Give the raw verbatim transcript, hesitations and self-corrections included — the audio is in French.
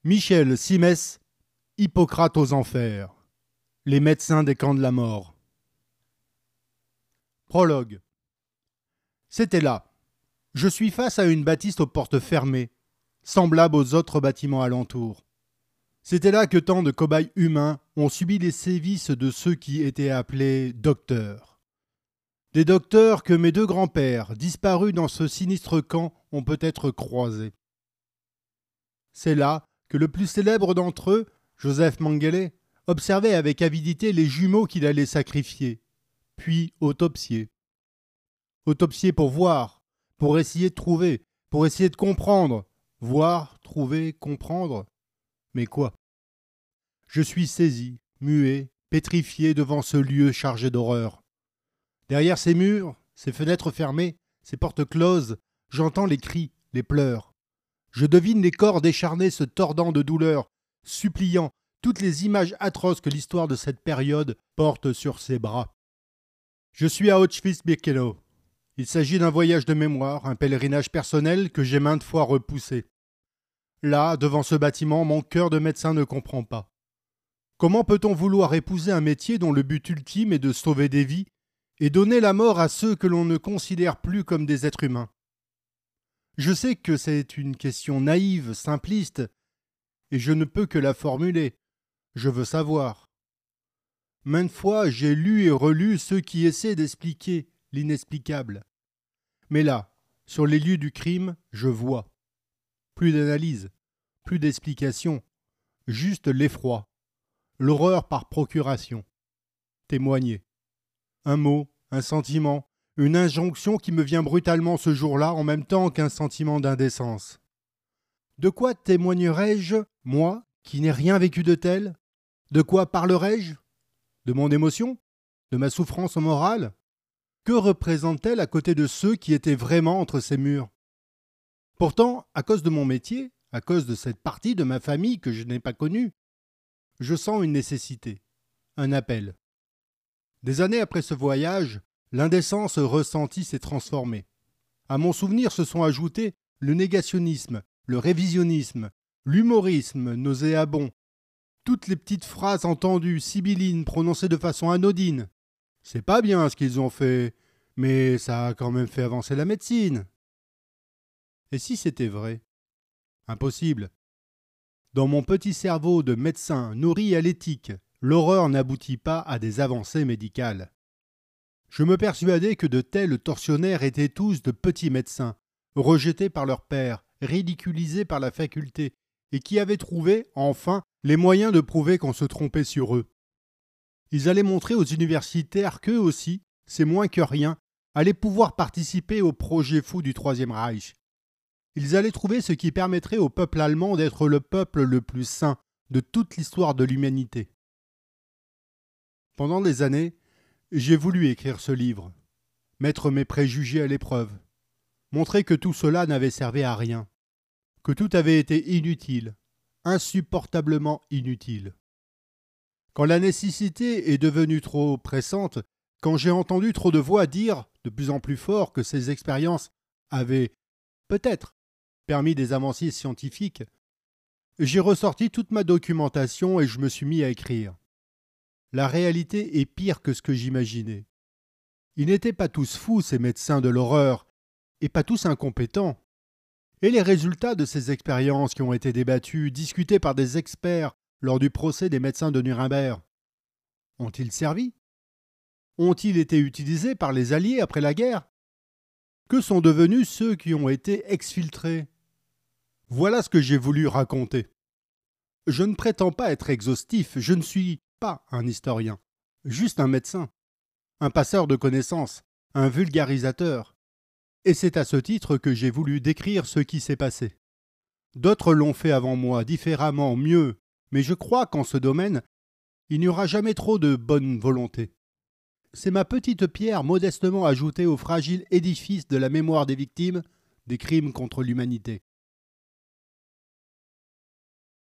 Michel Simès, Hippocrate aux enfers. Les médecins des camps de la mort. Prologue. C'était là. Je suis face à une bâtisse aux portes fermées, semblable aux autres bâtiments alentours. C'était là que tant de cobayes humains ont subi les sévices de ceux qui étaient appelés docteurs. Des docteurs que mes deux grands-pères, disparus dans ce sinistre camp, ont peut-être croisés. C'est là que le plus célèbre d'entre eux, Joseph Mengele, observait avec avidité les jumeaux qu'il allait sacrifier, puis autopsier. Autopsier pour voir, pour essayer de trouver, pour essayer de comprendre, voir, trouver, comprendre. Mais quoi? Je suis saisi, muet, pétrifié devant ce lieu chargé d'horreur. Derrière ces murs, ces fenêtres fermées, ces portes closes, j'entends les cris, les pleurs. Je devine les corps décharnés se tordant de douleur, suppliant toutes les images atroces que l'histoire de cette période porte sur ses bras. Je suis à Auschwitz-Birkenau. Il s'agit d'un voyage de mémoire, un pèlerinage personnel que j'ai maintes fois repoussé. Là, devant ce bâtiment, mon cœur de médecin ne comprend pas. Comment peut-on vouloir épouser un métier dont le but ultime est de sauver des vies et donner la mort à ceux que l'on ne considère plus comme des êtres humains? Je sais que c'est une question naïve, simpliste, et je ne peux que la formuler. Je veux savoir. Maintes fois, j'ai lu et relu ceux qui essaient d'expliquer l'inexplicable. Mais là, sur les lieux du crime, je vois. Plus d'analyse, plus d'explication, juste l'effroi, l'horreur par procuration. Témoigner. Un mot, un sentiment, une injonction qui me vient brutalement ce jour-là en même temps qu'un sentiment d'indécence. De quoi témoignerais-je, moi, qui n'ai rien vécu de tel? De quoi parlerais-je? De mon émotion? De ma souffrance morale? Que représente-t-elle à côté de ceux qui étaient vraiment entre ces murs? Pourtant, à cause de mon métier, à cause de cette partie de ma famille que je n'ai pas connue, je sens une nécessité, un appel. Des années après ce voyage, l'indécence ressentie s'est transformée. À mon souvenir se sont ajoutés le négationnisme, le révisionnisme, l'humorisme nauséabond, toutes les petites phrases entendues, sibyllines, prononcées de façon anodine. C'est pas bien ce qu'ils ont fait, mais ça a quand même fait avancer la médecine. Et si c'était vrai? Impossible. Dans mon petit cerveau de médecin nourri à l'éthique, l'horreur n'aboutit pas à des avancées médicales. Je me persuadais que de tels tortionnaires étaient tous de petits médecins, rejetés par leur père, ridiculisés par la faculté, et qui avaient trouvé, enfin, les moyens de prouver qu'on se trompait sur eux. Ils allaient montrer aux universitaires qu'eux aussi, c'est moins que rien, allaient pouvoir participer au projet fou du Troisième Reich. Ils allaient trouver ce qui permettrait au peuple allemand d'être le peuple le plus saint de toute l'histoire de l'humanité. Pendant des années, j'ai voulu écrire ce livre, mettre mes préjugés à l'épreuve, montrer que tout cela n'avait servi à rien, que tout avait été inutile, insupportablement inutile. Quand la nécessité est devenue trop pressante, quand j'ai entendu trop de voix dire, de plus en plus fort, que ces expériences avaient, peut-être, permis des avancées scientifiques, j'ai ressorti toute ma documentation et je me suis mis à écrire. La réalité est pire que ce que j'imaginais. Ils n'étaient pas tous fous, ces médecins de l'horreur, et pas tous incompétents. Et les résultats de ces expériences qui ont été débattues, discutées par des experts lors du procès des médecins de Nuremberg, ont-ils servi? Ont-ils été utilisés par les Alliés après la guerre? Que sont devenus ceux qui ont été exfiltrés? Voilà ce que j'ai voulu raconter. Je ne prétends pas être exhaustif, je ne suis pas un historien, juste un médecin, un passeur de connaissances, un vulgarisateur. Et c'est à ce titre que j'ai voulu décrire ce qui s'est passé. D'autres l'ont fait avant moi, différemment, mieux, mais je crois qu'en ce domaine, il n'y aura jamais trop de bonne volonté. C'est ma petite pierre modestement ajoutée au fragile édifice de la mémoire des victimes des crimes contre l'humanité.